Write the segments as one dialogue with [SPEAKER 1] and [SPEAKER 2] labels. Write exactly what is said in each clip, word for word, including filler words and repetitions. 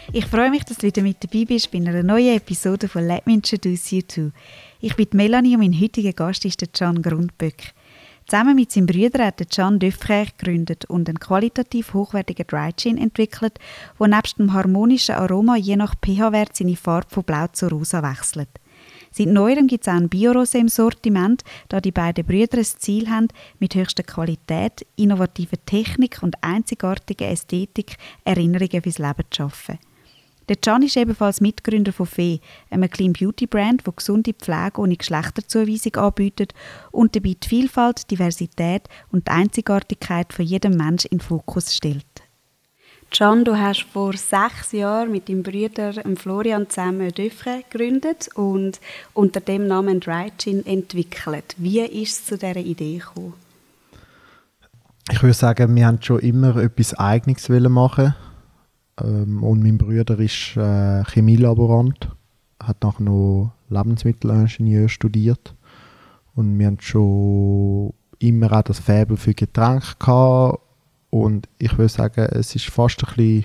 [SPEAKER 1] Ich freue mich, dass du wieder mit dabei bist bei einer neuen Episode von «Let me introduce you to». Ich bin Melanie und mein heutiger Gast ist der Can Grundböck. Zusammen mit seinem Bruder hat der Can Döffrech gegründet und einen qualitativ hochwertigen Dry Gin entwickelt, der nebst dem harmonischen Aroma je nach pH-Wert seine Farbe von blau zu rosa wechselt. Seit neuerem gibt es auch ein Biorosé im Sortiment, da die beiden Brüder ein Ziel haben, mit höchster Qualität, innovativer Technik und einzigartiger Ästhetik Erinnerungen fürs Leben zu schaffen. Der Can ist ebenfalls Mitgründer von Fee, einem Clean Beauty Brand, das gesunde Pflege ohne Geschlechterzuweisung anbietet und dabei die Vielfalt, Diversität und die Einzigartigkeit von jedem Menschen in den Fokus stellt. Can, du hast vor sechs Jahren mit deinem Bruder Florian zusammen Döffrech gegründet und unter dem Namen Dry Gin entwickelt. Wie ist es zu dieser Idee gekommen?
[SPEAKER 2] Ich würde sagen, wir haben schon immer etwas Eigenes machen. Und mein Bruder ist äh, Chemielaborant, hat nachher noch Lebensmittelingenieur studiert. Und wir haben schon immer auch das Faible für Getränke gehabt. Und ich würde sagen, es ist fast ein bisschen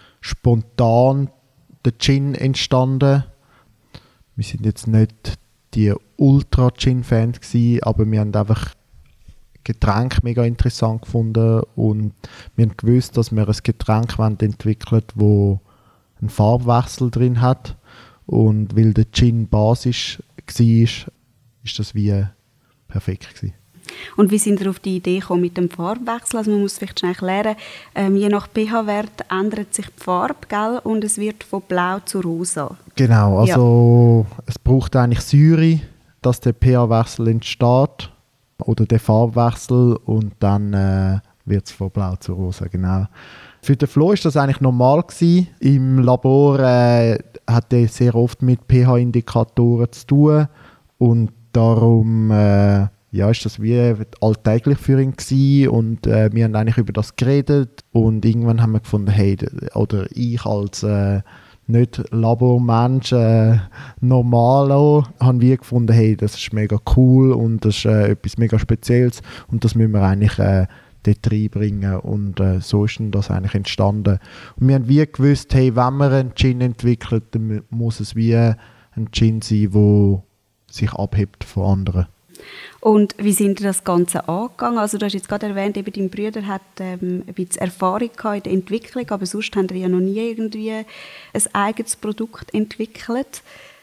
[SPEAKER 2] spontan der Gin entstanden. Wir sind jetzt nicht die Ultra-Gin-Fans gewesen, aber wir haben einfach Getränk mega interessant gefunden und wir haben gewusst, dass wir ein Getränk entwickeln wollen, das einen Farbwechsel drin hat. Und weil der Gin basisch war, ist das wie perfekt gewesen.
[SPEAKER 1] Und wie sind ihr auf die Idee gekommen mit dem Farbwechsel? Also man muss vielleicht schnell erklären, ähm, je nach pH-Wert ändert sich die Farbe, gell? Und es wird von blau zu rosa.
[SPEAKER 2] Genau, also ja. Es braucht eigentlich Säure, dass der pH-Wechsel entsteht. Oder der Farbwechsel und dann äh, wird es von blau zu rosa, genau. Für den Flo war das eigentlich normal gewesen. Im Labor äh, hat er sehr oft mit pH-Indikatoren zu tun und darum äh, ja, ist das wie alltäglich für ihn gewesen und äh, wir haben eigentlich über das geredet und irgendwann haben wir gefunden, hey, oder ich als äh, nicht Labormensch, äh, Normalo, haben wir gefunden, hey, das ist mega cool und das ist äh, etwas mega Spezielles und das müssen wir eigentlich äh, dort reinbringen und äh, so ist dann das eigentlich entstanden. Und wir haben wie gewusst, hey, wenn man einen Gin entwickelt, dann muss es wie ein Gin sein, der sich abhebt von anderen.
[SPEAKER 1] Und wie sind ihr das Ganze angegangen? Also du hast jetzt gerade erwähnt, eben dein Bruder hat ähm, ein bisschen Erfahrung gehabt in der Entwicklung, aber sonst haben wir ja noch nie irgendwie ein eigenes Produkt entwickelt.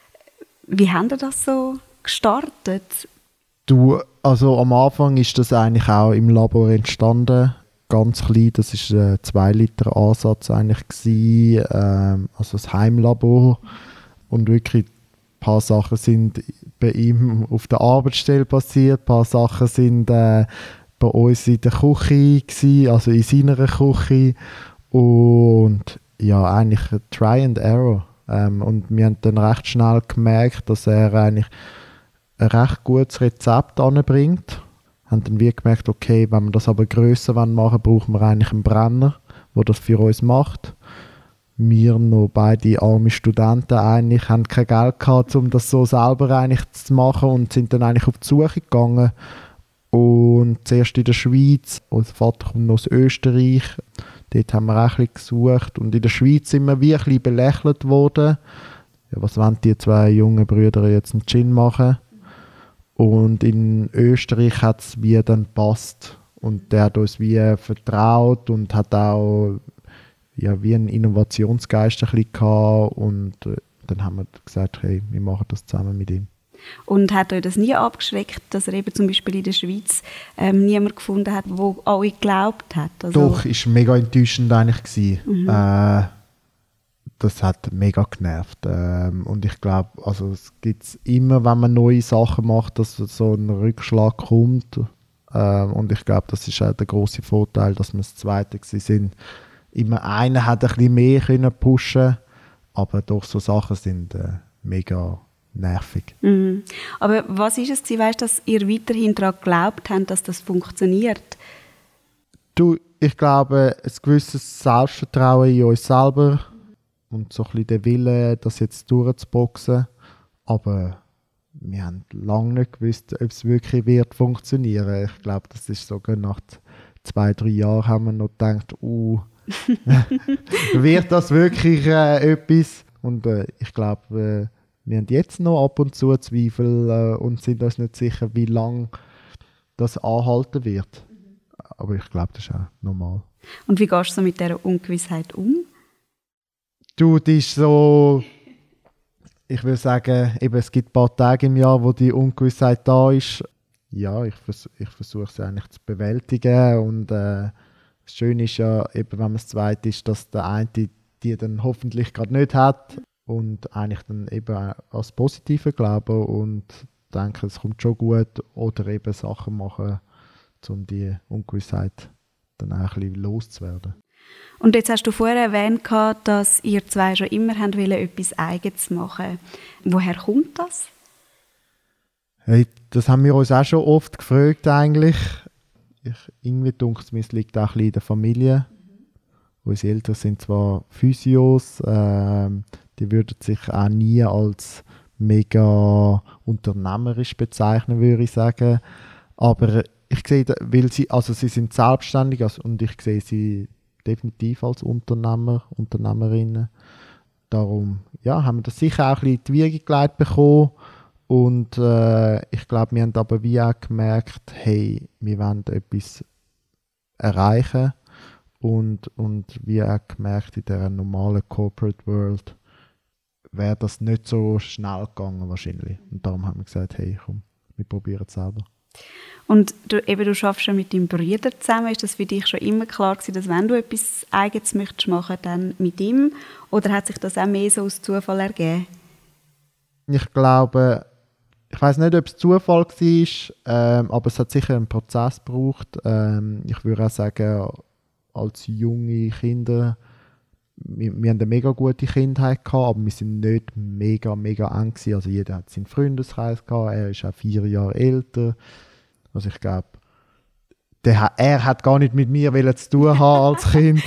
[SPEAKER 1] Wie haben ihr das so gestartet?
[SPEAKER 2] Du, also am Anfang ist das eigentlich auch im Labor entstanden, ganz klein. Das ist ein zwei Liter Ansatz eigentlich gewesen, ähm, also das Heimlabor und wirklich ein paar Sachen sind bei ihm auf der Arbeitsstelle passiert, ein paar Sachen sind äh, bei uns in der Küche gewesen, also in seiner Küche und ja, eigentlich Try and Error. Ähm, und wir haben dann recht schnell gemerkt, dass er eigentlich ein recht gutes Rezept anbringt. Wir haben dann wie gemerkt, okay, wenn wir das aber grösser machen wollen, brauchen wir eigentlich einen Brenner, der das für uns macht. Wir noch beide arme Studenten eigentlich haben kein Geld gehabt, um das so selber eigentlich zu machen und sind dann eigentlich auf die Suche gegangen. Und zuerst in der Schweiz, unser Vater kommt noch aus Österreich, dort haben wir auch ein bisschen gesucht. Und in der Schweiz sind wir wie ein bisschen belächelt worden. Ja, was wollen die zwei jungen Brüder jetzt einen Gin machen? Und in Österreich hat es wie dann gepasst. Und der hat uns wie vertraut und hat auch ja, wie einen Innovationsgeist ein bisschen gehabt und äh, dann haben wir gesagt, hey, wir machen das zusammen mit ihm.
[SPEAKER 1] Und hat euch das nie abgeschreckt, dass er eben zum Beispiel in der Schweiz ähm, niemand gefunden hat, der an euch geglaubt hat? Also
[SPEAKER 2] Doch, es war mega enttäuschend eigentlich gewesen. Mhm. Äh, das hat mega genervt. Ähm, und ich glaube, also es gibt immer, wenn man neue Sachen macht, dass so ein Rückschlag kommt. Ähm, und ich glaube, das ist auch der grosse Vorteil, dass wir das Zweite sind. Immer einer hat ein bisschen mehr können pushen, aber doch so Sachen sind äh, mega nervig.
[SPEAKER 1] Mhm. Aber was ist es, weißt, dass ihr weiterhin daran geglaubt habt, dass das funktioniert?
[SPEAKER 2] Du, ich glaube, ein gewisses Selbstvertrauen in uns selber und so ein bisschen der Wille, das jetzt durchzuboxen. Aber wir haben lange nicht gewusst, ob es wirklich wird funktionieren. Ich glaube, das ist sogar nach zwei, drei Jahren haben wir noch gedacht, uh, wird das wirklich äh, etwas? Und äh, ich glaube, äh, wir haben jetzt noch ab und zu Zweifel äh, und sind uns nicht sicher, wie lange das anhalten wird. Aber ich glaube, das ist auch normal.
[SPEAKER 1] Und wie gehst du so mit dieser Ungewissheit um?
[SPEAKER 2] Du, das ist so, ich würde sagen, eben, es gibt ein paar Tage im Jahr, wo die Ungewissheit da ist. Ja, ich, vers- ich versuche sie eigentlich zu bewältigen. Und äh, das Schöne ist ja, eben, wenn man das Zweite ist, dass der eine die dann hoffentlich gerade nicht hat. Und eigentlich dann eben als Positive glauben und denken, es kommt schon gut. Oder eben Sachen machen, um die Ungewissheit dann auch ein bisschen loszuwerden.
[SPEAKER 1] Und jetzt hast du vorher erwähnt, dass ihr zwei schon immer haben wollen, etwas Eigenes machen. Woher kommt das?
[SPEAKER 2] Hey, das haben wir uns auch schon oft gefragt eigentlich. Ich, irgendwie denke ich, es liegt auch ein bisschen in der Familie. Mhm. Unsere Eltern sind zwar Physios, äh, die würden sich auch nie als mega unternehmerisch bezeichnen, würde ich sagen. Aber ich sehe, weil sie, also sie sind selbstständig, also, und ich sehe sie definitiv als Unternehmer, Unternehmerinnen. Darum ja, haben wir das sicher auch ein bisschen in die Wiege gelegt bekommen. Und äh, ich glaube, wir haben aber wie auch gemerkt, hey, wir wollen etwas erreichen. Und, und wie auch gemerkt, in dieser normalen Corporate World wäre das nicht so schnell gegangen wahrscheinlich. Und darum haben wir gesagt, hey, komm, wir probieren es selber.
[SPEAKER 1] Und du, eben, du arbeitest schon mit deinem Bruder zusammen. Ist das für dich schon immer klar gewesen, dass wenn du etwas Eigenes möchtest machen, dann mit ihm? Oder hat sich das auch mehr so aus Zufall ergeben?
[SPEAKER 2] Ich glaube, ich weiß nicht, ob es Zufall war, ähm, aber es hat sicher einen Prozess gebraucht. Ähm, ich würde auch sagen, als junge Kinder, wir, wir haben eine mega gute Kindheit gehabt, aber wir sind nicht mega, mega eng gewesen. Also jeder hat seinen Freundeskreis gehabt, er ist auch vier Jahre älter. Also ich glaube, der, er hat gar nicht mit mir zu tun haben als Kind.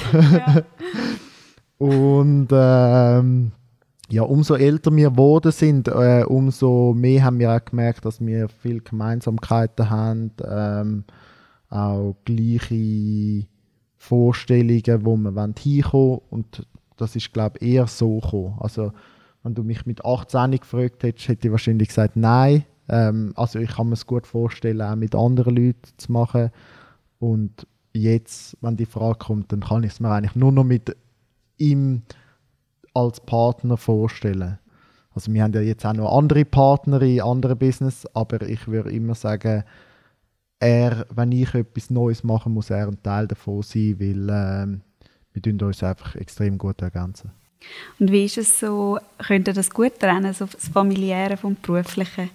[SPEAKER 2] Und ähm, ja, umso älter wir geworden sind, äh, umso mehr haben wir auch gemerkt, dass wir viele Gemeinsamkeiten haben, ähm, auch gleiche Vorstellungen, wo wir hinkommen wollen. Und das ist, glaube ich, eher so gekommen. Also, wenn du mich mit achtzehn gefragt hättest, hätte ich wahrscheinlich gesagt, nein. Ähm, also ich kann mir es gut vorstellen, auch mit anderen Leuten zu machen. Und jetzt, wenn die Frage kommt, dann kann ich es mir eigentlich nur noch mit ihm als Partner vorstellen. Also wir haben ja jetzt auch noch andere Partner in anderen Business, aber ich würde immer sagen, er, wenn ich etwas Neues mache, muss er ein Teil davon sein, weil ähm, wir tun uns einfach extrem gut ergänzen.
[SPEAKER 1] Und wie ist es so, könnt ihr das gut trennen, so das Familiäre vom Beruflichen?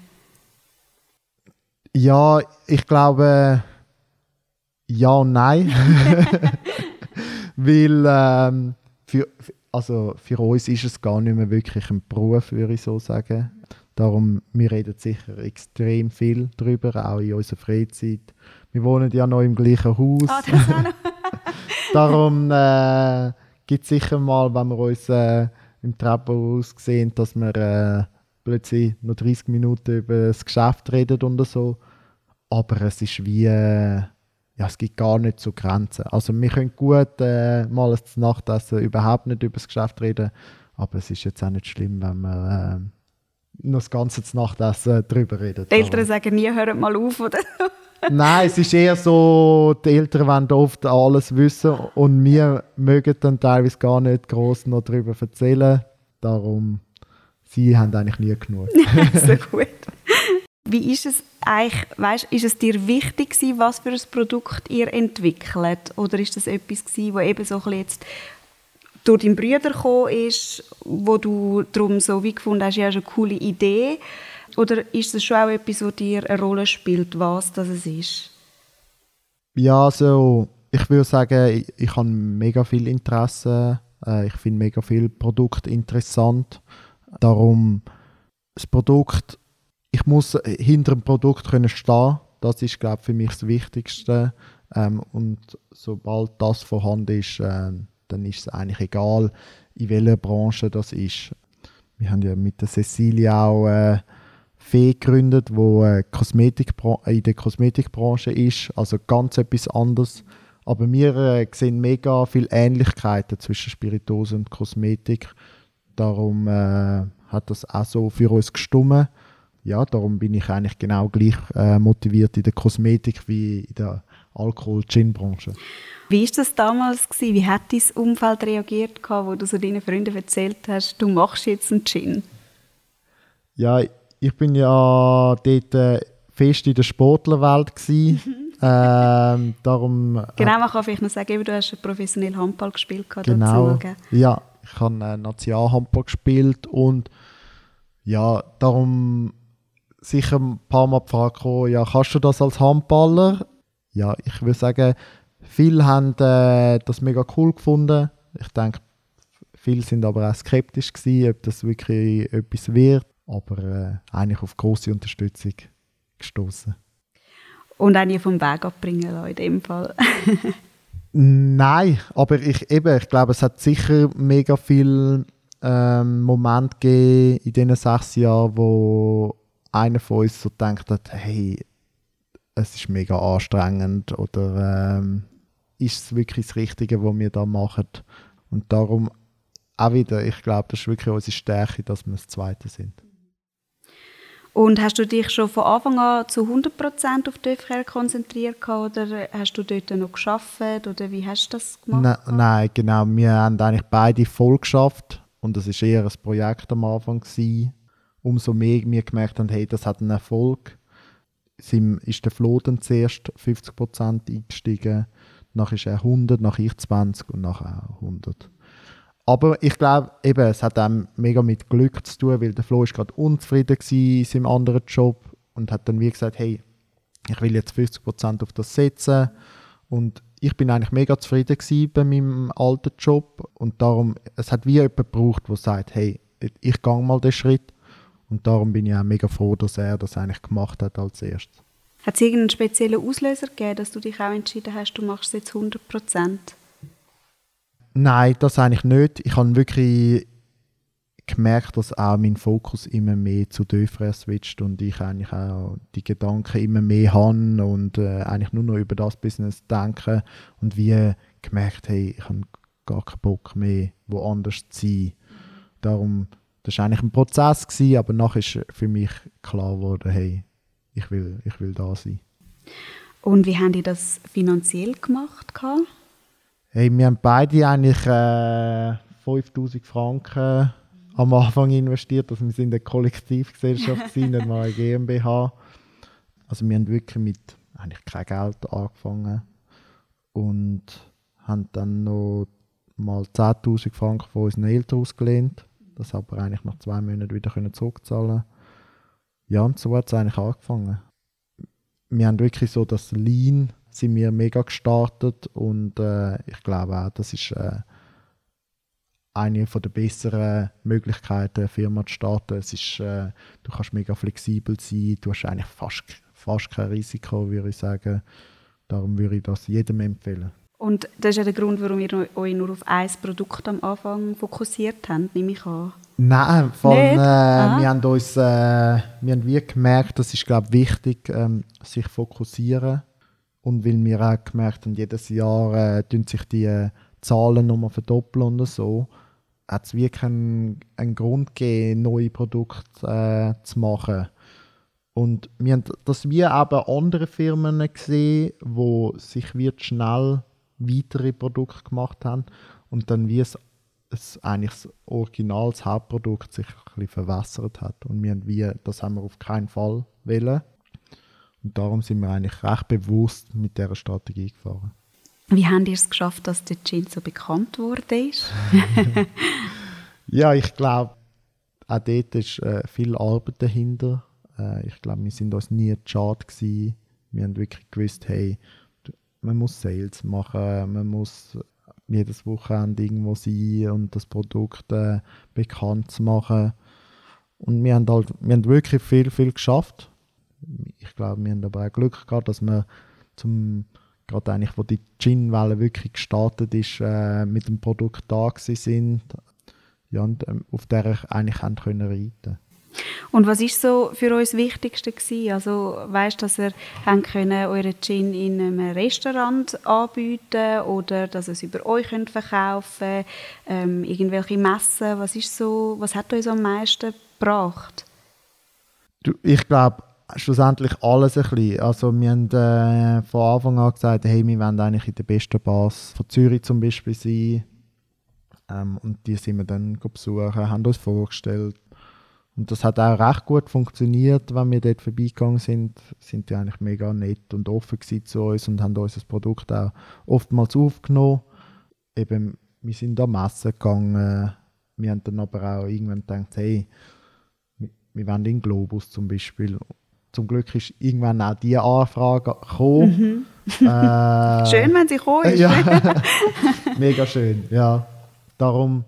[SPEAKER 2] Ja, ich glaube, ja und nein. Weil ähm, für, also für uns ist es gar nicht mehr wirklich ein Beruf, würde ich so sagen. Darum, wir reden sicher extrem viel darüber, auch in unserer Freizeit. Wir wohnen ja noch im gleichen Haus.
[SPEAKER 1] Ah, das auch noch.
[SPEAKER 2] Darum äh, gibt es sicher mal, wenn wir uns äh, im Treppenhaus sehen, dass wir äh, plötzlich noch dreißig Minuten über das Geschäft reden oder so. Aber es ist wie, äh, ja, es gibt gar nicht so Grenzen. Also wir können gut äh, mal das Nachtessen überhaupt nicht über das Geschäft reden, aber es ist jetzt auch nicht schlimm, wenn wir äh, noch das ganze Nachtessen darüber reden.
[SPEAKER 1] Die Eltern sagen nie, hört mal auf, oder?
[SPEAKER 2] Nein, es ist eher so, die Eltern wollen oft alles wissen und wir mögen dann teilweise gar nicht gross noch darüber erzählen. Darum, sie haben eigentlich nie genug.
[SPEAKER 1] So gut. Wie ist es eigentlich, weißt, ist es dir wichtig gewesen, was für ein Produkt ihr entwickelt? Oder ist das etwas gewesen, wo eben so ein bisschen jetzt durch deinen Bruder gekommen ist, wo du darum so wie gefunden hast, ja, ist eine coole Idee? Oder ist es schon auch etwas, das dir eine Rolle spielt, was das ist?
[SPEAKER 2] Ja, also ich würde sagen, ich, ich habe mega viel Interesse. Äh, ich finde mega viele Produkte interessant. Darum, das Produkt, ich muss hinter dem Produkt können stehen. Das ist, glaube ich, für mich das Wichtigste. Ähm, und sobald das vorhanden ist, äh, dann ist es eigentlich egal, in welcher Branche das ist. Wir haben ja mit der Cecilia auch äh, Fee gegründet, die äh, Kosmetikbra- in der Kosmetikbranche ist. Also ganz etwas anderes. Aber wir äh, sehen mega viele Ähnlichkeiten zwischen Spirituose und Kosmetik. Darum äh, hat das auch so für uns gestimmt. Ja, darum bin ich eigentlich genau gleich äh, motiviert in der Kosmetik wie in der Alkohol-Gin-Branche.
[SPEAKER 1] Wie war das damals gewesen? Wie hat dein Umfeld reagiert, wo du so deinen Freunden erzählt hast, du machst jetzt einen Gin?
[SPEAKER 2] Ja, ich bin ja dort äh, fest in der Sportlerwelt gsi. ähm, darum.
[SPEAKER 1] Genau, man kann vielleicht noch sagen, du hast professionell Handball gespielt.
[SPEAKER 2] Genau.
[SPEAKER 1] Dazu,
[SPEAKER 2] ja, ich habe äh, Nationalhandball gespielt und ja, darum sicher ein paar Mal die Frage gekommen, ja, kannst du das als Handballer? Ja, ich würde sagen, viele haben äh, das mega cool gefunden. Ich denke, viele sind aber auch skeptisch gewesen, ob das wirklich etwas wird. Aber äh, eigentlich auf grosse Unterstützung gestoßen.
[SPEAKER 1] Und auch nie vom Weg abbringen lassen, in dem Fall.
[SPEAKER 2] Nein, aber ich, eben, ich glaube, es hat sicher mega viele ähm, Momente gegeben in diesen sechs Jahren, wo einer von uns so gedacht hat, hey, es ist mega anstrengend oder ähm, ist es wirklich das Richtige, was wir da machen? Und darum auch wieder, ich glaube, das ist wirklich unsere Stärke, dass wir das Zweite sind.
[SPEAKER 1] Und hast du dich schon von Anfang an zu hundert Prozent auf Döfcher konzentriert oder hast du dort noch gearbeitet oder wie hast du das gemacht?
[SPEAKER 2] Ne, nein, genau. Wir haben eigentlich beide voll geschafft und das war eher ein Projekt am Anfang gewesen. Umso mehr wir gemerkt haben, hey, das hat einen Erfolg. Sind, ist der Flo dann zuerst fünfzig Prozent eingestiegen, nachher ist er hundert, nachher ich zwanzig und nachher auch hundert. Aber ich glaube, eben, es hat auch mega mit Glück zu tun, weil der Flo ist gerade unzufrieden in seinem anderen Job und hat dann wie gesagt, hey, ich will jetzt fünfzig Prozent auf das setzen. Und ich bin eigentlich mega zufrieden gewesen bei meinem alten Job und darum, es hat wie jemand gebraucht, der sagt, hey, ich gehe mal den Schritt. Und darum bin ich auch mega froh, dass er das eigentlich gemacht hat als erstes.
[SPEAKER 1] Hat es irgendeinen speziellen Auslöser gegeben, dass du dich auch entschieden hast, du machst es jetzt hundert Prozent?
[SPEAKER 2] Nein, das eigentlich nicht. Ich habe wirklich gemerkt, dass auch mein Fokus immer mehr zu Döfrer switcht und ich eigentlich auch die Gedanken immer mehr habe und äh, eigentlich nur noch über das Business denke und wie gemerkt, hey, ich habe gar keinen Bock mehr, woanders zu sein. Darum, das war eigentlich ein Prozess gewesen, aber nachher ist für mich klar geworden, hey, ich will, ich will da sein.
[SPEAKER 1] Und wie haben die das finanziell gemacht?
[SPEAKER 2] Hey, wir haben beide eigentlich äh, fünftausend Franken am Anfang investiert. Also wir sind eine Kollektivgesellschaft, nicht mal eine GmbH. Also wir haben wirklich mit eigentlich kein Geld angefangen und haben dann noch mal zehntausend Franken von unseren Eltern ausgelehnt. Das aber eigentlich nach zwei Monaten wieder zurückzahlen. Ja, und so hat es eigentlich angefangen. Wir haben wirklich so das Lean sind wir mega gestartet und äh, ich glaube auch, das ist äh, eine von der besseren Möglichkeiten, eine Firma zu starten. Es ist, äh, du kannst mega flexibel sein, du hast eigentlich fast, fast kein Risiko, würde ich sagen. Darum würde ich das jedem empfehlen.
[SPEAKER 1] Und das ist ja der Grund, warum ihr euch nur auf ein Produkt am Anfang fokussiert habt, nehme ich an.
[SPEAKER 2] Nein, von, äh,
[SPEAKER 1] ah.
[SPEAKER 2] wir haben uns äh, wir haben wie gemerkt, das ist glaube wichtig, ähm, sich fokussieren. Und weil wir auch gemerkt haben, jedes Jahr äh, tun sich die äh, Zahlen nochmal verdoppeln und so, hat es wirklich einen, einen Grund gegeben, neue Produkte äh, zu machen. Und wir haben das wie eben andere Firmen gesehen, die sich wird schnell weitere Produkte gemacht haben und dann wie es, es eigentlich das Original, das Hauptprodukt sich ein bisschen verwässert hat. Und wir haben wie, das haben wir auf keinen Fall wollen. Und darum sind wir eigentlich recht bewusst mit dieser Strategie gefahren.
[SPEAKER 1] Wie habt ihr es geschafft, dass der Gin so bekannt wurde?
[SPEAKER 2] Ja, ich glaube, auch dort ist äh, viel Arbeit dahinter. Äh, ich glaube, wir sind uns nie schade gewesen. Wir haben wirklich gewusst, hey, man muss Sales machen, man muss jedes Wochenende irgendwo sein und das Produkt äh, bekannt machen. Und wir haben, halt, wir haben wirklich viel, viel geschafft. Ich glaube, wir haben aber auch Glück gehabt, dass wir zum, gerade eigentlich, wo die Gin-Welle wirklich gestartet ist, äh, mit dem Produkt da gewesen sind, ja, und ähm, auf der ich eigentlich haben können reiten.
[SPEAKER 1] Und was ist so für uns das Wichtigste gewesen? Also weißt, dass ihr haben können euren Gin in einem Restaurant anbieten oder dass ihr es über euch könnt verkaufen, ähm, irgendwelche Messen. Was ist so? Was hat euch am meisten gebracht?
[SPEAKER 2] Du, ich glaube schlussendlich alles ein bisschen. Also wir haben äh, von Anfang an gesagt, hey, wir wollen eigentlich in der besten Bars von Zürich zum Beispiel sein. Ähm, und die sind wir dann besuchen, haben uns vorgestellt. Und das hat auch recht gut funktioniert, wenn wir dort vorbeigegangen sind. Sind die eigentlich mega nett und offen gewesen zu uns und haben unser Produkt auch oftmals aufgenommen. Eben, wir sind an Messen gegangen. Wir haben dann aber auch irgendwann gedacht, hey, wir, wir wollen in Globus zum Beispiel. Zum Glück ist irgendwann auch diese Anfrage gekommen.
[SPEAKER 1] Mhm. Äh, schön, wenn sie gekommen ist.
[SPEAKER 2] Ja, mega schön, ja. Darum,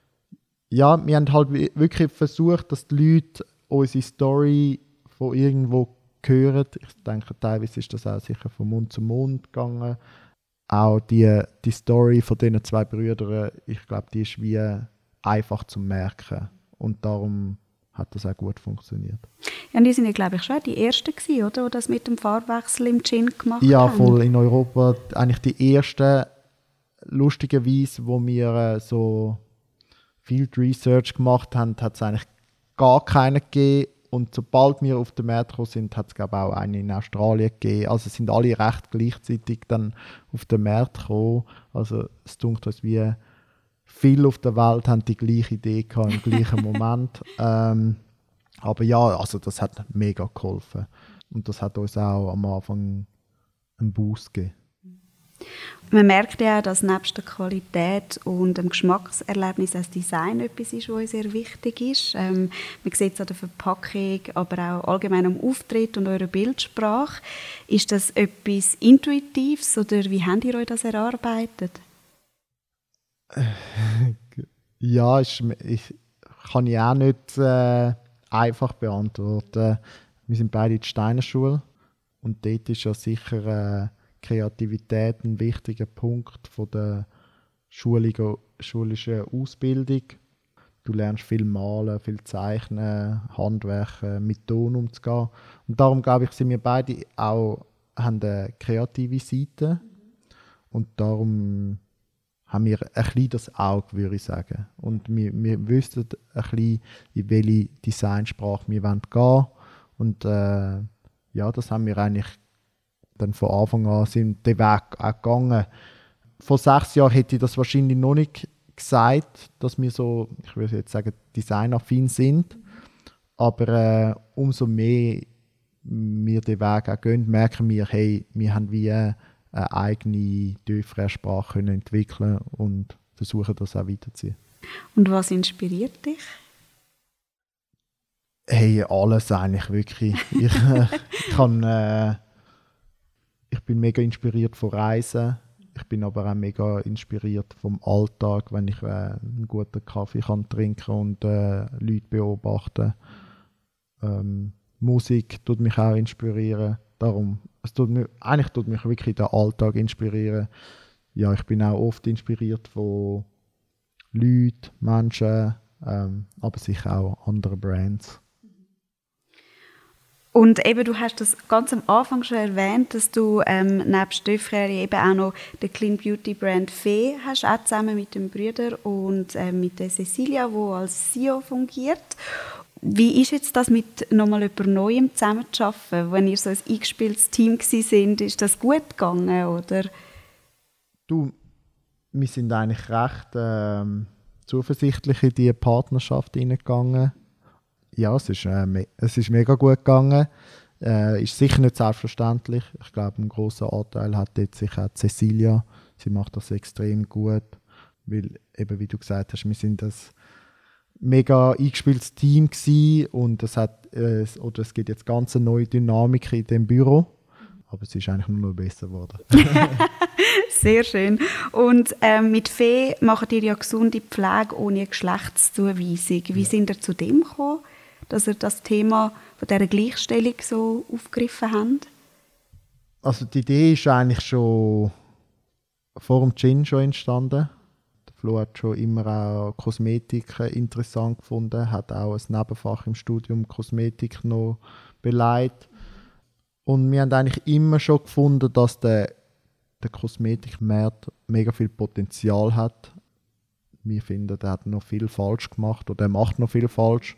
[SPEAKER 2] ja, wir haben halt wirklich versucht, dass die Leute unsere Story von irgendwo hören. Ich denke, teilweise ist das auch sicher von Mund zu Mund gegangen. Auch die, die Story von diesen zwei Brüdern, ich glaube, die ist wie einfach zu merken. Und darum hat das auch gut funktioniert.
[SPEAKER 1] Ja, und die sind ja, glaube ich, schon die Ersten gewesen, oder? Die das mit dem Farbwechsel im Gin gemacht
[SPEAKER 2] ja,
[SPEAKER 1] haben. Ja,
[SPEAKER 2] voll in Europa. Eigentlich die Ersten, lustigerweise, wo wir äh, so Field Research gemacht haben, hat es eigentlich gar keinen gegeben. Und sobald wir auf den Markt gekommen sind, hat es glaube ich auch einen in Australien gegeben. Also sind alle recht gleichzeitig dann auf den Markt gekommen. Also es tut uns wie viele auf der Welt haben die gleiche Idee gehabt im gleichen Moment. Ähm, aber ja, also das hat mega geholfen. Und das hat uns auch am Anfang einen Boost gegeben.
[SPEAKER 1] Man merkt ja, dass nebst der Qualität und dem Geschmackserlebnis das Design etwas ist, was sehr wichtig ist. Ähm, man sieht es an der Verpackung, aber auch allgemein am Auftritt und eurer Bildsprache. Ist das etwas Intuitives oder wie habt ihr euch das erarbeitet?
[SPEAKER 2] Ja, ist, ich kann ich auch nicht äh, einfach beantworten. Wir sind beide in der Steiner Schule und dort ist ja sicher äh, Kreativität ein wichtiger Punkt von der schulischen, schulischen Ausbildung. Du lernst viel malen, viel zeichnen, Handwerken, mit Ton umzugehen. Und darum glaube ich, sind wir beide auch haben eine kreative Seite und darum haben wir ein bisschen das Auge, würde ich sagen. Und wir, wir wüssten ein bisschen, in welche Designsprache wir gehen wollen. Und äh, ja, das haben wir eigentlich dann von Anfang an sind den Weg auch gegangen. Vor sechs Jahren hätte ich das wahrscheinlich noch nicht gesagt, dass wir so, ich würde jetzt sagen, designaffin sind. Aber äh, umso mehr wir den Weg auch gehen, merken wir, hey, wir haben wie eine eigene tiefere Sprache können entwickeln und versuchen das auch weiterzuziehen.
[SPEAKER 1] Und was inspiriert dich?
[SPEAKER 2] Hey, alles eigentlich wirklich. ich, äh, ich, kann, äh, ich bin mega inspiriert von Reisen. Ich bin aber auch mega inspiriert vom Alltag, wenn ich äh, einen guten Kaffee kann trinken und äh, Leute beobachten. Ähm, Musik tut mich auch inspirieren. Darum, es tut mich, eigentlich tut mich wirklich der Alltag inspirieren. Ja, ich bin auch oft inspiriert von Leuten, Menschen, ähm, aber sicher auch andere Brands.
[SPEAKER 1] Und eben, du hast das ganz am Anfang schon erwähnt, dass du ähm, nebst Döfreri eben auch noch den Clean Beauty Brand Fee hast, auch zusammen mit dem Brüder und äh, mit der Cecilia, die als C E O fungiert. Wie ist jetzt das, mit nochmal jemand Neuem zusammenzuarbeiten? Wenn ihr so ein eingespieltes Team seid, ist das gut gegangen, oder? Du,
[SPEAKER 2] wir sind eigentlich recht ähm, zuversichtlich in diese Partnerschaft hineingegangen. Ja, es ist, äh, me- es ist mega gut gegangen. Äh, ist sicher nicht selbstverständlich. Ich glaube, einen grossen Anteil hat jetzt sicher auch Cecilia. Sie macht das extrem gut. Weil, eben wie du gesagt hast, wir sind das mega eingespieltes Team gewesen und es hat, äh, oder es gibt jetzt ganz eine neue Dynamik in dem Büro. Aber es ist eigentlich nur noch besser geworden.
[SPEAKER 1] Sehr schön. Und ähm, mit Fee macht ihr ja gesunde Pflege ohne Geschlechtszuweisung. Wie ja. sind ihr zu dem gekommen, dass ihr das Thema von dieser Gleichstellung so aufgegriffen habt?
[SPEAKER 2] Also die Idee ist eigentlich schon vor dem Gin schon entstanden. Flo hat schon immer auch Kosmetik interessant gefunden, hat auch ein Nebenfach im Studium Kosmetik noch beleidigt. Und wir haben eigentlich immer schon gefunden, dass der, der Kosmetikmarkt mega viel Potenzial hat. Wir finden, er hat noch viel falsch gemacht oder er macht noch viel falsch.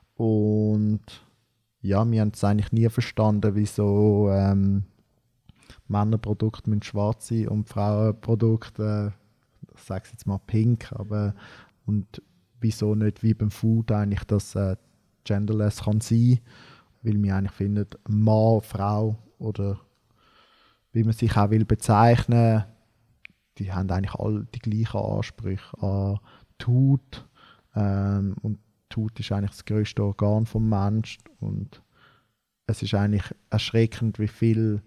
[SPEAKER 2] Und ja, wir haben es eigentlich nie verstanden, wieso ähm, Männerprodukte müssen schwarz sein und Frauenprodukte, äh, ich sage es jetzt mal pink, aber und wieso nicht wie beim Food eigentlich das äh, genderless kann sein, weil wir eigentlich finden, Mann, Frau oder wie man sich auch will bezeichnen, die haben eigentlich alle die gleichen Ansprüche an die Haut. Ähm, und die Haut ist eigentlich das grösste Organ des Menschen. Und es ist eigentlich erschreckend, wie viele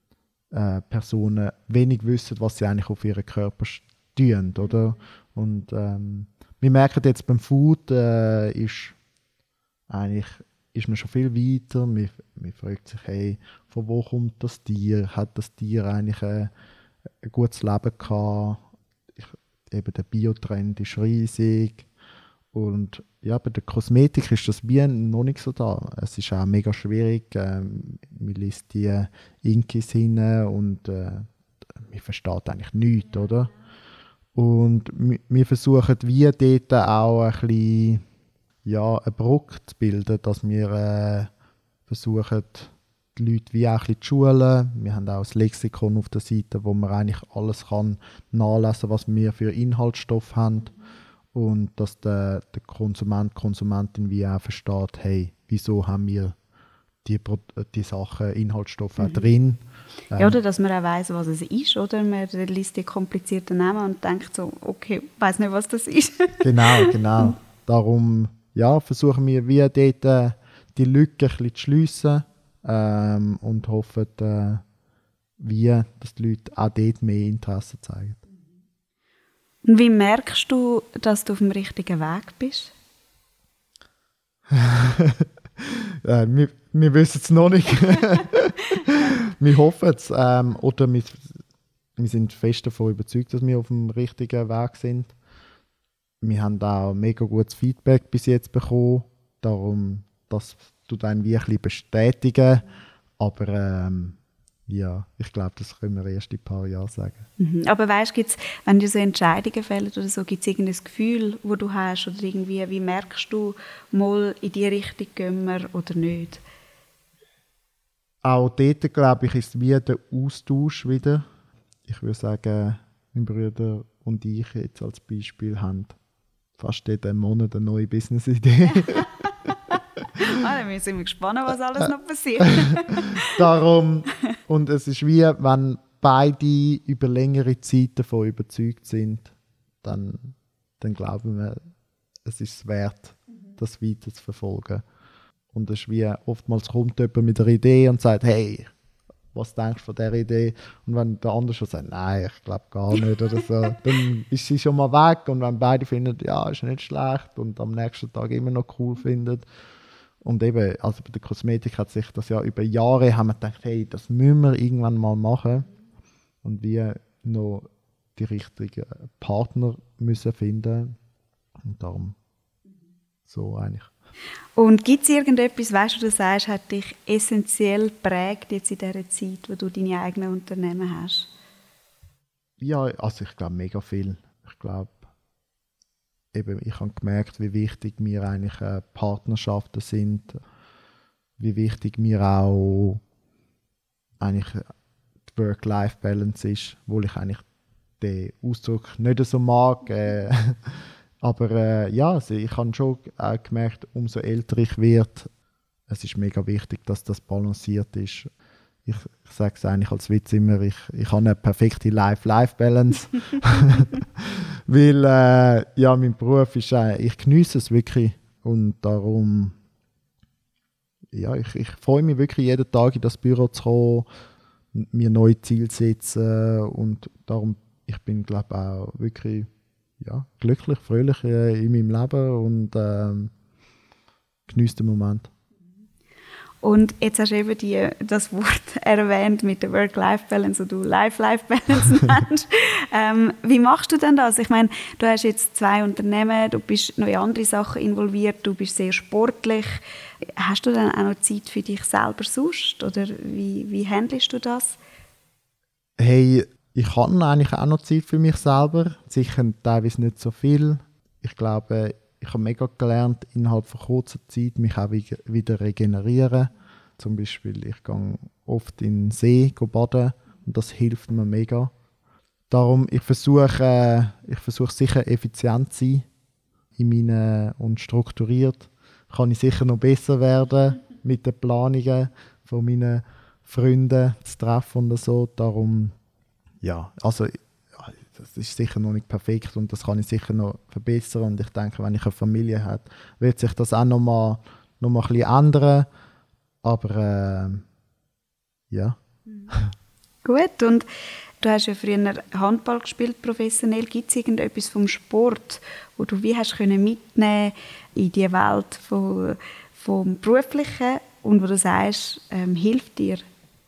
[SPEAKER 2] äh, Personen wenig wissen, was sie eigentlich auf ihren Körper tun. Oder? Und ähm, wir merken jetzt beim Food, äh, ist, eigentlich, ist man schon viel weiter. Man, man fragt sich, hey, von wo kommt das Tier? Hat das Tier eigentlich ein ein gutes Leben gehabt. Ich, eben der Biotrend ist riesig. Und ja, bei der Kosmetik ist das wie noch nicht so da. Es ist auch mega schwierig. Ähm, man liest die Inkis hin und äh, man versteht eigentlich nichts, oder? Und wir, wir versuchen wie dort auch ein bisschen ja, eine Brücke zu bilden, dass wir äh, versuchen, die Leute wie auch ein bisschen zu schulen. Wir haben auch ein Lexikon auf der Seite, wo man eigentlich alles kann nachlesen, was wir für Inhaltsstoffe haben. Und dass der, der Konsument, Konsumentin wie auch versteht, hey, wieso haben wir die, die Sachen, Inhaltsstoffe auch drin.
[SPEAKER 1] Ja, oder dass man auch weiss, was es ist, oder? Man liest die komplizierten Namen und denkt so, okay, ich weiss nicht, was das ist. Genau,
[SPEAKER 2] genau. Darum ja, versuchen wir wie dort äh, die Lücke ein bisschen zu schliessen. Ähm, und hoffen, äh, wie, dass die Leute auch dort mehr Interesse zeigen.
[SPEAKER 1] Und wie merkst du, dass du auf dem richtigen Weg bist?
[SPEAKER 2] äh, wir, wir wissen es noch nicht. Wir hoffen es. Ähm, oder wir, wir sind fest davon überzeugt, dass wir auf dem richtigen Weg sind. Wir haben auch mega gutes Feedback bis jetzt bekommen. Darum, dass tut einen wie ein bisschen bestätigen, aber ähm, ja, ich glaube, das können wir erst in ein paar Jahren sagen.
[SPEAKER 1] Mhm. Aber weißt du, wenn du so Entscheidungen fällst oder so, gibt es irgendein Gefühl, das du hast oder irgendwie, wie merkst du, mal in die Richtung gehen wir oder nicht?
[SPEAKER 2] Auch dort, glaube ich, ist wie der Austausch wieder. Ich würde sagen, mein Bruder und ich jetzt als Beispiel haben fast jeden Monat eine neue Business-Idee.
[SPEAKER 1] Ah, dann sind wir gespannt, was alles noch passiert.
[SPEAKER 2] Darum, und es ist wie, wenn beide über längere Zeit davon überzeugt sind, dann, dann glauben wir, es ist es wert, das weiter zu verfolgen. Und es ist wie, oftmals kommt jemand mit einer Idee und sagt, hey, was denkst du von dieser Idee? Und wenn der andere schon sagt, nein, ich glaube gar nicht oder so, dann ist sie schon mal weg. Und wenn beide finden, ja, ist nicht schlecht und am nächsten Tag immer noch cool finden. Und eben, also bei der Kosmetik hat sich das ja über Jahre, haben wir gedacht, hey, das müssen wir irgendwann mal machen. Und wir noch die richtigen Partner müssen finden. Und darum so eigentlich.
[SPEAKER 1] Und gibt es irgendetwas, weißt du, du sagst, hat dich essentiell geprägt jetzt in dieser Zeit, wo du deine eigenen Unternehmen hast?
[SPEAKER 2] Ja, also ich glaube mega viel. Ich glaube, eben, ich habe gemerkt, wie wichtig mir eigentlich äh, Partnerschaften sind, wie wichtig mir auch eigentlich die Work-Life-Balance ist, obwohl ich eigentlich den Ausdruck nicht so mag. Äh, aber äh, ja, also ich habe schon auch gemerkt, umso älter ich werde, es ist mega wichtig, dass das balanciert ist. Ich, ich sage es eigentlich als Witz immer, ich, ich habe eine perfekte Life-Life-Balance. Weil äh, ja, mein Beruf ist, äh, ich genieße es wirklich und darum, ja, ich, ich freue mich wirklich jeden Tag in das Büro zu kommen, mir neue Ziele setzen und darum, ich bin glaube auch wirklich ja, glücklich, fröhlich äh, in meinem Leben und ähm, genieße den Moment.
[SPEAKER 1] Und jetzt hast du eben die, das Wort erwähnt mit der Work-Life-Balance, oder du Life-Life-Balance nennst. ähm, wie machst du denn das? Ich meine, du hast jetzt zwei Unternehmen, du bist noch in andere Sachen involviert, du bist sehr sportlich. Hast du dann auch noch Zeit für dich selber sonst? Oder wie, wie handelst du das?
[SPEAKER 2] Hey, ich habe eigentlich auch noch Zeit für mich selber. Sicher teilweise nicht so viel. Ich glaube, ich habe mega gelernt, innerhalb von kurzer Zeit mich auch wieder regenerieren. Zum Beispiel, ich gehe oft in den See baden und das hilft mir mega. Darum, ich versuche, äh, ich versuche sicher effizient zu sein in meinen, und strukturiert. Kann ich sicher noch besser werden mit den Planungen von meinen Freunden zu treffen und so. Darum, ja, also das ist sicher noch nicht perfekt und das kann ich sicher noch verbessern. Und ich denke, wenn ich eine Familie habe, wird sich das auch noch mal, noch mal ein bisschen ändern. Aber äh, ja.
[SPEAKER 1] Gut, und du hast ja früher Handball gespielt, professionell. Gibt es irgendetwas vom Sport, wo du wie hast können mitnehmen in die Welt von, vom Beruflichen und wo du sagst, ähm, hilft dir?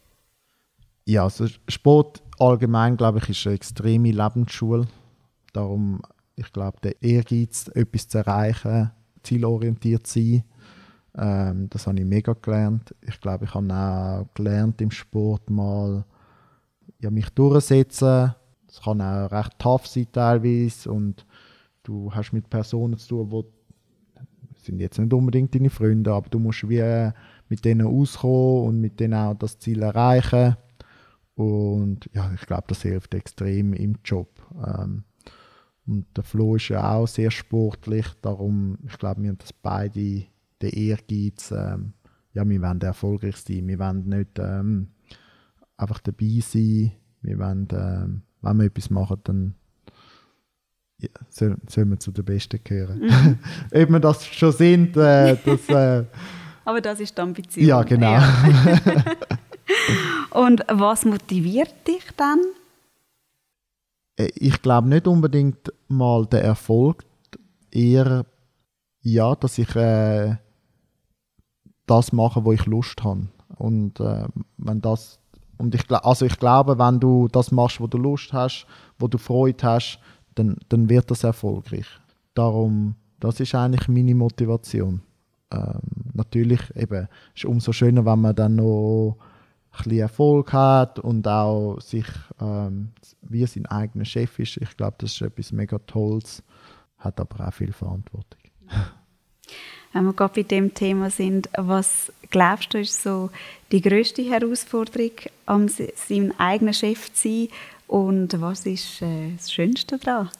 [SPEAKER 2] Ja, also Sport allgemein, glaube ich, ist eine extreme Lebensschule. Darum, ich glaube, der Ehrgeiz, etwas zu erreichen, zielorientiert zu sein, ähm, das habe ich mega gelernt. Ich glaube, ich habe auch gelernt im Sport mal, ja, mich durchsetzen. Das kann auch recht tough sein teilweise und du hast mit Personen zu tun, die sind jetzt nicht unbedingt deine Freunde, aber du musst wie mit denen auskommen und mit denen auch das Ziel erreichen. Und ja, ich glaube, das hilft extrem im Job. Ähm, und der Flo ist ja auch sehr sportlich, darum, ich glaube, wir haben das beide, den Ehrgeiz, ähm, ja, wir wollen erfolgreich sein, wir wollen nicht ähm, einfach dabei sein, wir wollen, ähm, wenn wir etwas machen, dann ja, soll, sollen wir zu den Besten gehören. Mhm. Ob wir das schon sind, äh, das... Äh,
[SPEAKER 1] Aber das ist die Ambition.
[SPEAKER 2] Ja, genau.
[SPEAKER 1] Ja. Und was motiviert dich dann?
[SPEAKER 2] Ich glaube nicht unbedingt mal der Erfolg, eher ja, dass ich äh, das mache, wo ich Lust habe. Und äh, wenn das und ich also ich glaube, wenn du das machst, wo du Lust hast, wo du Freude hast, dann, dann wird das erfolgreich. Darum, das ist eigentlich meine Motivation. Ähm, natürlich eben, ist umso schöner, wenn man dann noch ein bisschen Erfolg hat und auch sich ähm, wie sein eigener Chef ist. Ich glaube, das ist etwas mega Tolles, hat aber auch viel Verantwortung.
[SPEAKER 1] Wenn wir gerade bei dem Thema sind, was glaubst du, ist so die grösste Herausforderung, am seinem eigenen Chef zu sein, und was ist äh, das Schönste daran?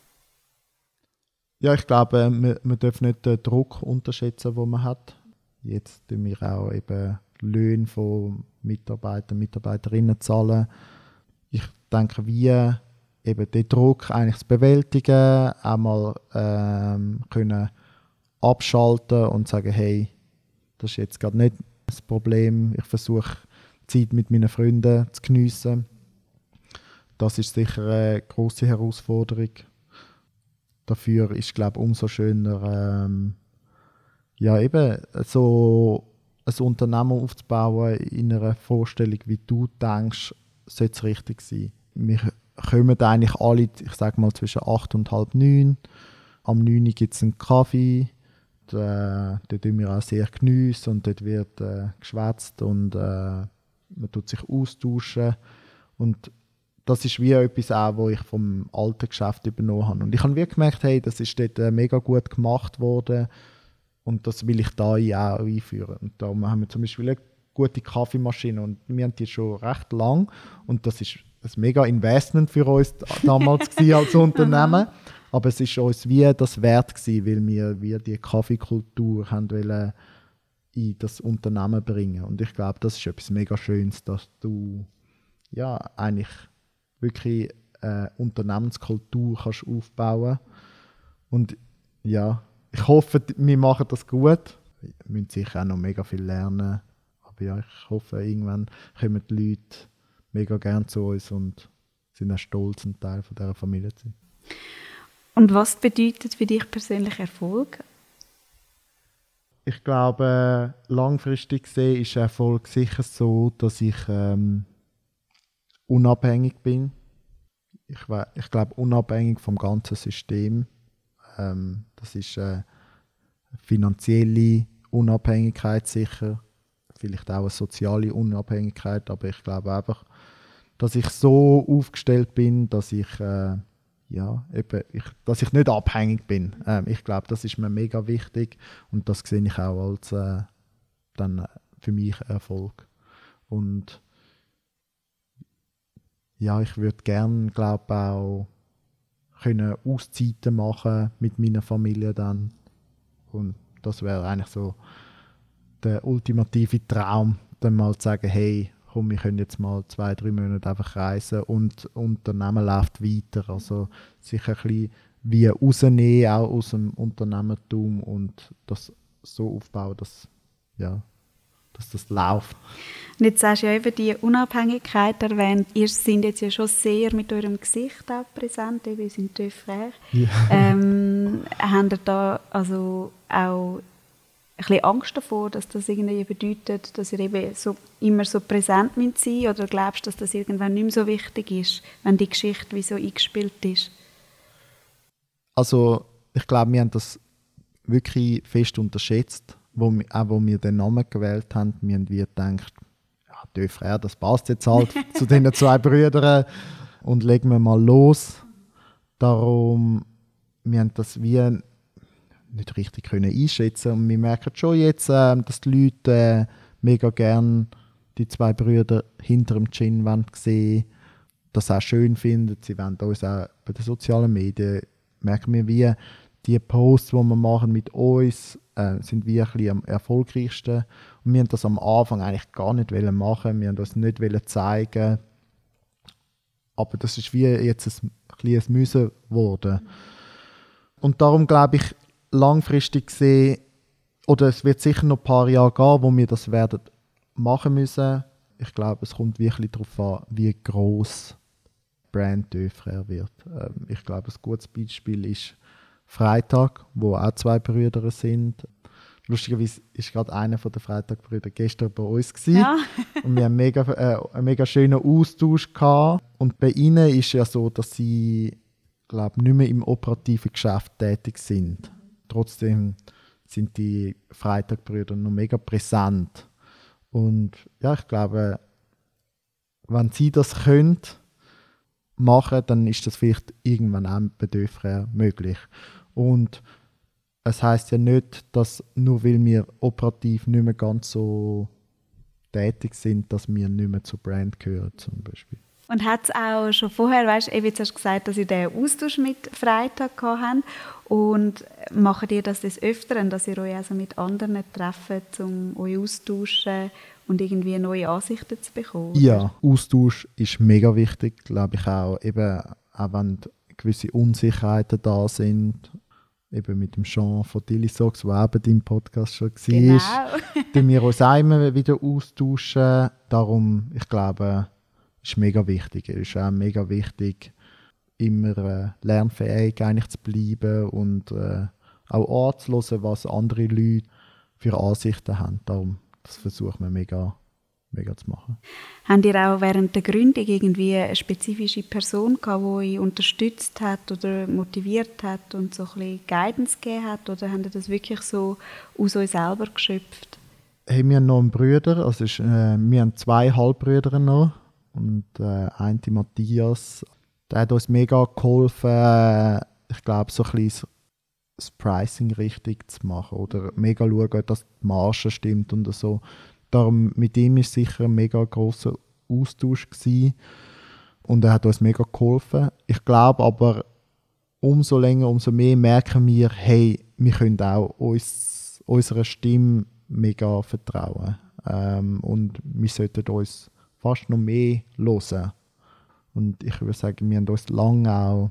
[SPEAKER 2] Ja, ich glaube, man, man darf nicht den Druck unterschätzen, den man hat. Jetzt tun wir auch eben Löhne von Mitarbeitern, Mitarbeiterinnen zahlen. Ich denke, wie eben den Druck eigentlich zu bewältigen, einmal ähm, können abschalten und sagen, hey, das ist jetzt gerade nicht das Problem. Ich versuche, Zeit mit meinen Freunden zu geniessen. Das ist sicher eine grosse Herausforderung. Dafür ist, glaube ich, umso schöner, ähm, ja, eben so ein Unternehmen aufzubauen in einer Vorstellung, wie du denkst, sollte es richtig sein. Wir kommen eigentlich alle, ich sage mal, zwischen acht und halb neun. Am neun gibt es einen Kaffee. Da, dort tun wir auch sehr geniessen und dort wird äh, geschwätzt und äh, man tut sich austauschen. Und das ist wie etwas auch, was ich vom alten Geschäft übernommen habe. Und ich habe wirklich gemerkt, hey, das ist dort äh, mega gut gemacht worden und das will ich da auch einführen. Und darum haben wir zum Beispiel eine gute Kaffeemaschine und wir haben die schon recht lang und das ist ein mega Investment für uns damals als Unternehmen. Aber es war uns wie das wert gewesen, weil wir wie die Kaffeekultur haben wollen in das Unternehmen bringen. Und ich glaube, das ist etwas mega Schönes, dass du ja eigentlich wirklich eine Unternehmenskultur kannst aufbauen. Und ja, ich hoffe, wir machen das gut. Wir müssen sicher auch noch mega viel lernen. Aber ja, ich hoffe, irgendwann kommen die Leute mega gerne zu uns und sind auch stolz, ein Teil von dieser Familie zu sein.
[SPEAKER 1] Und was bedeutet für dich persönlich Erfolg?
[SPEAKER 2] Ich glaube, langfristig gesehen ist Erfolg sicher so, dass ich ähm, unabhängig bin. ich, we- ich glaube, unabhängig vom ganzen System. Ähm, das ist äh, finanzielle Unabhängigkeit sicher, vielleicht auch eine soziale Unabhängigkeit, aber ich glaube einfach, dass ich so aufgestellt bin, dass ich, äh, ja, eben, ich, dass ich nicht abhängig bin. Ähm, ich glaube, das ist mir mega wichtig und das sehe ich auch als äh, dann für mich Erfolg. Und ja, ich würde gerne, glaube auch können Auszeiten machen mit meiner Familie dann. Und das wäre eigentlich so der ultimative Traum, dann mal zu sagen, hey, komm, wir können jetzt mal zwei, drei Monate einfach reisen und das Unternehmen läuft weiter. Also sich ein bisschen wie rausnehmen, auch aus dem Unternehmertum und das so aufbauen, dass, ja, dass das läuft.
[SPEAKER 1] Und jetzt hast du ja eben die Unabhängigkeit erwähnt. Ihr seid jetzt ja schon sehr mit eurem Gesicht auch präsent, eben in Deux Frères.
[SPEAKER 2] Ja.
[SPEAKER 1] Ähm, habt ihr da also auch ein bisschen Angst davor, dass das irgendwie bedeutet, dass ihr eben so, immer so präsent sein müsst? Oder glaubst du, dass das irgendwann nicht mehr so wichtig ist, wenn die Geschichte wie so eingespielt ist?
[SPEAKER 2] Also ich glaube, wir haben das wirklich fest unterschätzt, wo wir, auch wo wir den Namen gewählt haben. Wir haben wie gedacht, ja, Deux Frères, das passt jetzt halt zu diesen zwei Brüdern und legen wir mal los. Darum, wir haben das wie nicht richtig können einschätzen und wir merken schon jetzt, äh, dass die Leute äh, mega gern die zwei Brüder hinter dem Gin wollen sehen, das auch schön finden. Sie wollen uns auch bei den sozialen Medien, merken wir, wie die Posts, die wir machen mit uns, äh, sind wie ein bisschen am erfolgreichsten. Und wir haben das am Anfang eigentlich gar nicht machen, wir haben das nicht zeigen, aber das ist wie jetzt ein kleines Müssen geworden. Und darum glaube ich, langfristig gesehen, oder es wird sicher noch ein paar Jahre gehen, wo wir das werden machen müssen. Ich glaube, es kommt wirklich darauf an, wie gross Brand Deux Frères wird. Ähm, ich glaube, ein gutes Beispiel ist Freitag, wo auch zwei Brüder sind. Lustigerweise ist gerade einer von den Freitag-Brüdern gestern bei uns gewesen.
[SPEAKER 1] Ja.
[SPEAKER 2] Und wir haben mega, äh, einen mega schönen Austausch gehabt. Und bei ihnen ist ja so, dass sie, glaube nicht mehr im operativen Geschäft tätig sind. Trotzdem sind die Freitag-Brüder noch mega präsent. Und ja, ich glaube, wenn sie das können machen, dann ist das vielleicht irgendwann auch bei Deux Frères möglich. Und es heisst ja nicht, dass nur weil wir operativ nicht mehr ganz so tätig sind, dass wir nicht mehr zur Brand gehören zum Beispiel.
[SPEAKER 1] Und hat es auch schon vorher, weißt du, jetzt hast du gesagt, dass ihr den Austausch mit Freitag gehabt habt. Und macht ihr das des Öfteren, dass ihr euch also mit anderen trefft, um euch austauschen und irgendwie neue Ansichten zu bekommen?
[SPEAKER 2] Ja, Austausch ist mega wichtig, glaube ich auch. Eben, auch wenn gewisse Unsicherheiten da sind, eben mit dem Jean von Dilisox, der auch bei deinem Podcast schon war,
[SPEAKER 1] genau.
[SPEAKER 2] tun wir uns auch immer wieder austauschen. Darum, ich glaube, ist mega wichtig. Es ist auch mega wichtig, immer äh, lernfähig eigentlich zu bleiben und äh, auch anzuhören, was andere Leute für Ansichten haben. Darum, das versuchen wir mega, mega zu machen.
[SPEAKER 1] Habt ihr auch während der Gründung irgendwie eine spezifische Person gehabt, die euch unterstützt hat oder motiviert hat und so ein bisschen Guidance gegeben hat? Oder habt ihr das wirklich so aus euch selber geschöpft?
[SPEAKER 2] Hey, wir haben noch einen Bruder, also ist, äh, wir haben zwei Halbbrüder noch. Und äh, ein Matthias, der hat uns mega geholfen, äh, ich glaube, so ein bisschen das Pricing richtig zu machen oder mega schauen, dass die Marge stimmt und so. Darum, mit ihm war sicher ein mega grosser Austausch gewesen. Und er hat uns mega geholfen. Ich glaube aber, umso länger, umso mehr merken wir, hey, wir können auch uns, unserer Stimme mega vertrauen. Ähm, und wir sollten uns fast noch mehr hören. Und ich würde sagen, wir haben uns lange auch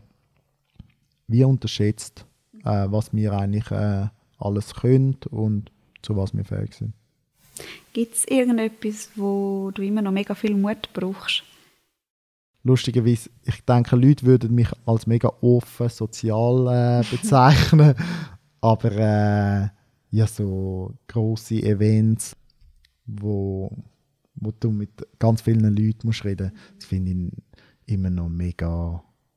[SPEAKER 2] wie unterschätzt, äh, was wir eigentlich äh, alles können und zu was wir fähig sind.
[SPEAKER 1] Gibt es irgendetwas, wo du immer noch mega viel Mut brauchst?
[SPEAKER 2] Lustigerweise, ich denke, Leute würden mich als mega offen, sozial äh, bezeichnen, aber äh, ja, so grosse Events, wo wo du mit ganz vielen Leuten musst reden musst, das finde ich immer noch mega,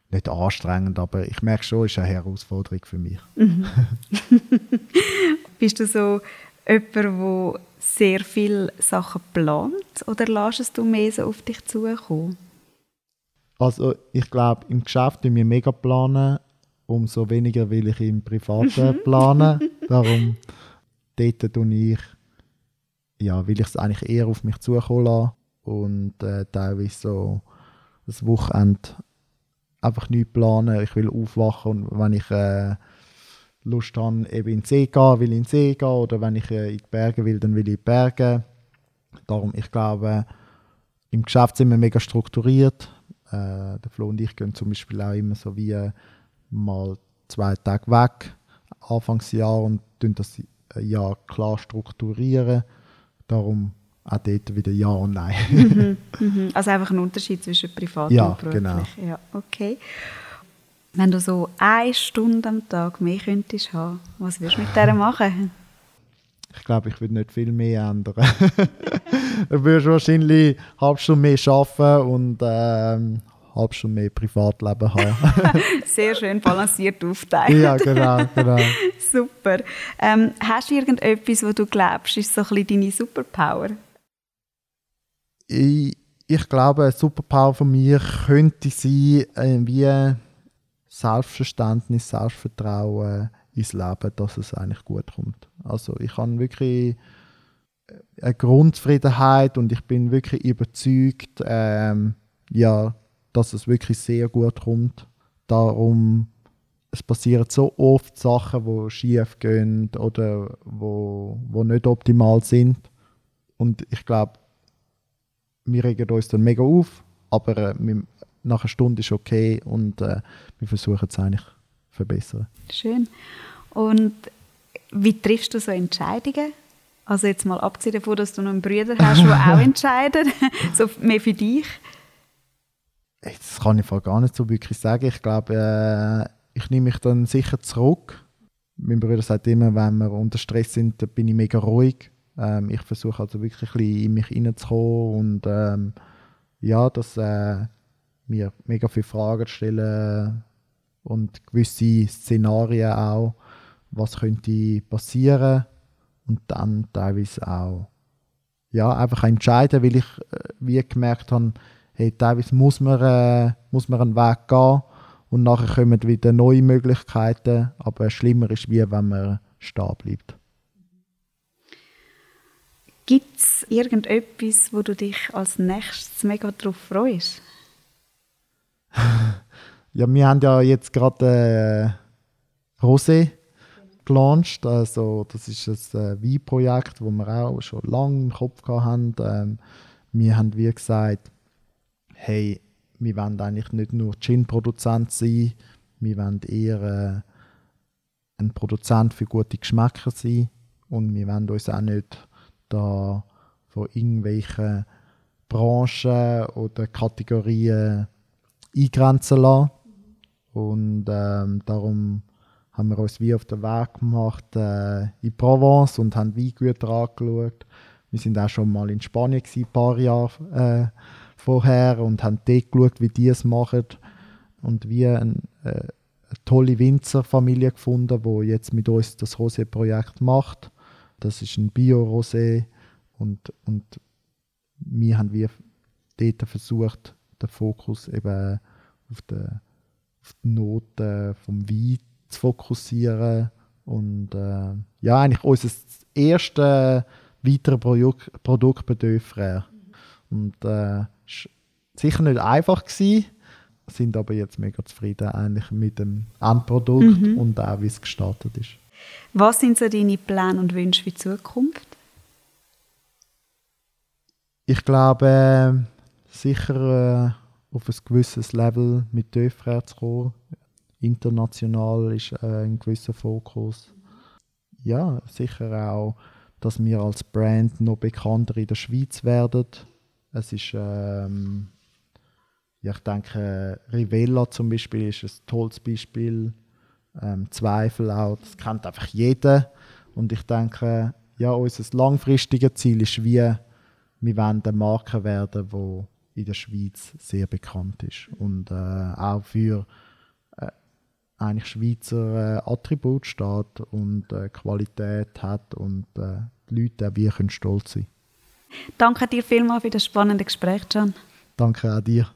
[SPEAKER 2] nicht anstrengend, aber ich merke schon, es ist eine Herausforderung für mich.
[SPEAKER 1] Mhm. Bist du so jemand, der sehr viele Sachen plant oder lässt du mehr so auf dich zukommen?
[SPEAKER 2] Also ich glaube, im Geschäft planen wir mega planen, umso weniger will ich im Privaten planen. Darum dort tue ich, ja, will ich es eigentlich eher auf mich zukommen lassen und äh, teilweise so das Wochenende einfach nichts planen. Ich will aufwachen und wenn ich äh, Lust habe, eben in den See gehen, will ich in den See gehen oder wenn ich äh, in die Berge will, dann will ich in die Berge. Darum, ich glaube, im Geschäft sind wir mega strukturiert. Äh, der Flo und ich gehen zum Beispiel auch immer so wie äh, mal zwei Tage weg, Anfangsjahr, und tun das Jahr klar strukturieren. Darum auch dort wieder Ja und Nein.
[SPEAKER 1] Mhm, mhm. Also einfach ein Unterschied zwischen privat
[SPEAKER 2] ja,
[SPEAKER 1] und beruflich.
[SPEAKER 2] Genau.
[SPEAKER 1] Ja, okay. Wenn du so eine Stunde am Tag mehr könntest haben, was würdest du mit der machen?
[SPEAKER 2] Ich glaube, ich würde nicht viel mehr ändern. Ich würde wahrscheinlich eine halbe Stunde mehr arbeiten und ähm, eine halbe Stunde mehr Privatleben haben.
[SPEAKER 1] Sehr schön balanciert aufteilt.
[SPEAKER 2] Ja, genau, genau.
[SPEAKER 1] Super. Ähm, hast du irgendetwas, wo du glaubst, ist so ein bisschen deine Superpower?
[SPEAKER 2] Ich, ich glaube, eine Superpower von mir könnte sein, äh, wie Selbstverständnis, Selbstvertrauen ins Leben, dass es eigentlich gut kommt. Also ich habe wirklich eine Grundzufriedenheit und ich bin wirklich überzeugt, ähm, ja, dass es wirklich sehr gut kommt. Darum, es passieren so oft Sachen, die schief gehen oder wo, wo nicht optimal sind. Und ich glaube, wir regen uns dann mega auf, aber äh, wir, nach einer Stunde ist okay und äh, wir versuchen es eigentlich zu verbessern.
[SPEAKER 1] Schön. Und wie triffst du so Entscheidungen? Also jetzt mal abgesehen davon, dass du noch einen Bruder hast, der auch entscheidet, so mehr für dich?
[SPEAKER 2] Das kann ich gar nicht so wirklich sagen. Ich glaube, äh, ich nehme mich dann sicher zurück. Mein Bruder sagt immer, wenn wir unter Stress sind, dann bin ich mega ruhig. Ähm, ich versuche also wirklich ein bisschen in mich hineinzukommen und ähm, ja, dass äh, mir mega viele Fragen stellen und gewisse Szenarien auch, was könnte passieren und dann teilweise auch ja, einfach entscheiden, weil ich äh, wie gemerkt habe, hey, teilweise muss man, äh, muss man einen Weg gehen und nachher kommen wieder neue Möglichkeiten, aber schlimmer ist, wie wenn man stehen bleibt.
[SPEAKER 1] Gibt es irgendetwas, wo du dich als nächstes mega darauf freust?
[SPEAKER 2] Ja, wir haben ja jetzt gerade äh, Rosé gelauncht. Also, das ist ein äh, Weinprojekt, das wir auch schon lange im Kopf hatten. Ähm, wir haben wie gesagt, hey, wir wollen eigentlich nicht nur Gin-Produzent sein, wir wollen eher äh, ein Produzent für gute Geschmäcker sein und wir wollen uns auch nicht da von irgendwelchen Branchen oder Kategorien eingrenzen lassen. Und ähm, darum haben wir uns wie auf den Weg gemacht äh, in Provence und haben Weingüter angeschaut. Wir sind auch schon mal in Spanien gewesen, ein paar Jahre äh, vorher und haben dort geschaut, wie die es machen. Und wie ein, äh, eine tolle Winzerfamilie gefunden, die jetzt mit uns das Rosé-Projekt macht. Das ist ein Bio-Rosé und, und wir haben wie dort versucht, den Fokus eben auf die, auf die Noten vom Wein zu fokussieren und äh, ja, eigentlich unser erstes weiteres Produkt, Produkt bei Döfrer. Und äh, es war sicher nicht einfach gewesen, sind aber jetzt mega zufrieden eigentlich mit dem Endprodukt mhm. und auch, wie es gestartet ist.
[SPEAKER 1] Was sind so deine Pläne und Wünsche für die Zukunft? Ich
[SPEAKER 2] glaube, äh, sicher äh, auf ein gewisses Level mit Döfrer zu kommen. International ist äh, ein gewisser Fokus. Ja, sicher auch, dass wir als Brand noch bekannter in der Schweiz werden. Es ist, ähm, ja, ich denke, Rivella zum Beispiel ist ein tolles Beispiel. Ähm, Zweifel auch, das kennt einfach jeder. Und ich denke, ja, unser langfristiges Ziel ist wie, wir wollen eine Marke werden, die in der Schweiz sehr bekannt ist und äh, auch für äh, eigentlich Schweizer äh, Attribut steht und äh, Qualität hat und äh, die Leute auch wie können stolz sein.
[SPEAKER 1] Danke dir vielmals für das spannende Gespräch, Can.
[SPEAKER 2] Danke auch dir.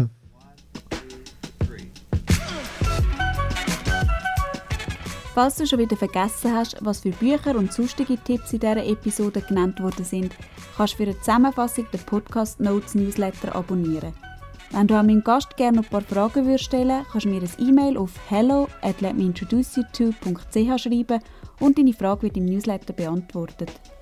[SPEAKER 1] Falls du schon wieder vergessen hast, was für Bücher und sonstige Tipps in dieser Episode genannt worden sind, kannst du für eine Zusammenfassung den Podcast Notes Newsletter abonnieren. Wenn du an meinen Gast gerne noch ein paar Fragen würdest stellen, kannst du mir ein E-Mail auf hello at let me introduce you to dot c h schreiben und deine Frage wird im Newsletter beantwortet.